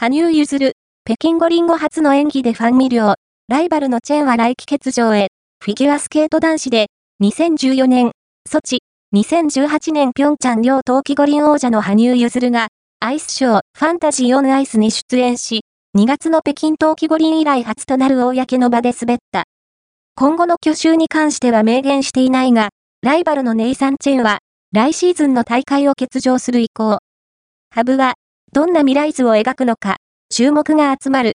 羽生結弦、北京五輪後初の演技でファン魅了。ライバルのチェンは来季欠場へ。フィギュアスケート男子で、2014年、ソチ、2018年ピョンチャン両冬季五輪王者の羽生結弦が、アイスショー、ファンタジー・オン・アイスに出演し、2月の北京冬季五輪以来初となる公の場で滑った。今後の去就に関しては明言していないが、ライバルのネイサン・チェンは、来シーズンの大会を欠場する意向。羽生は、どんな未来図を描くのか、注目が集まる。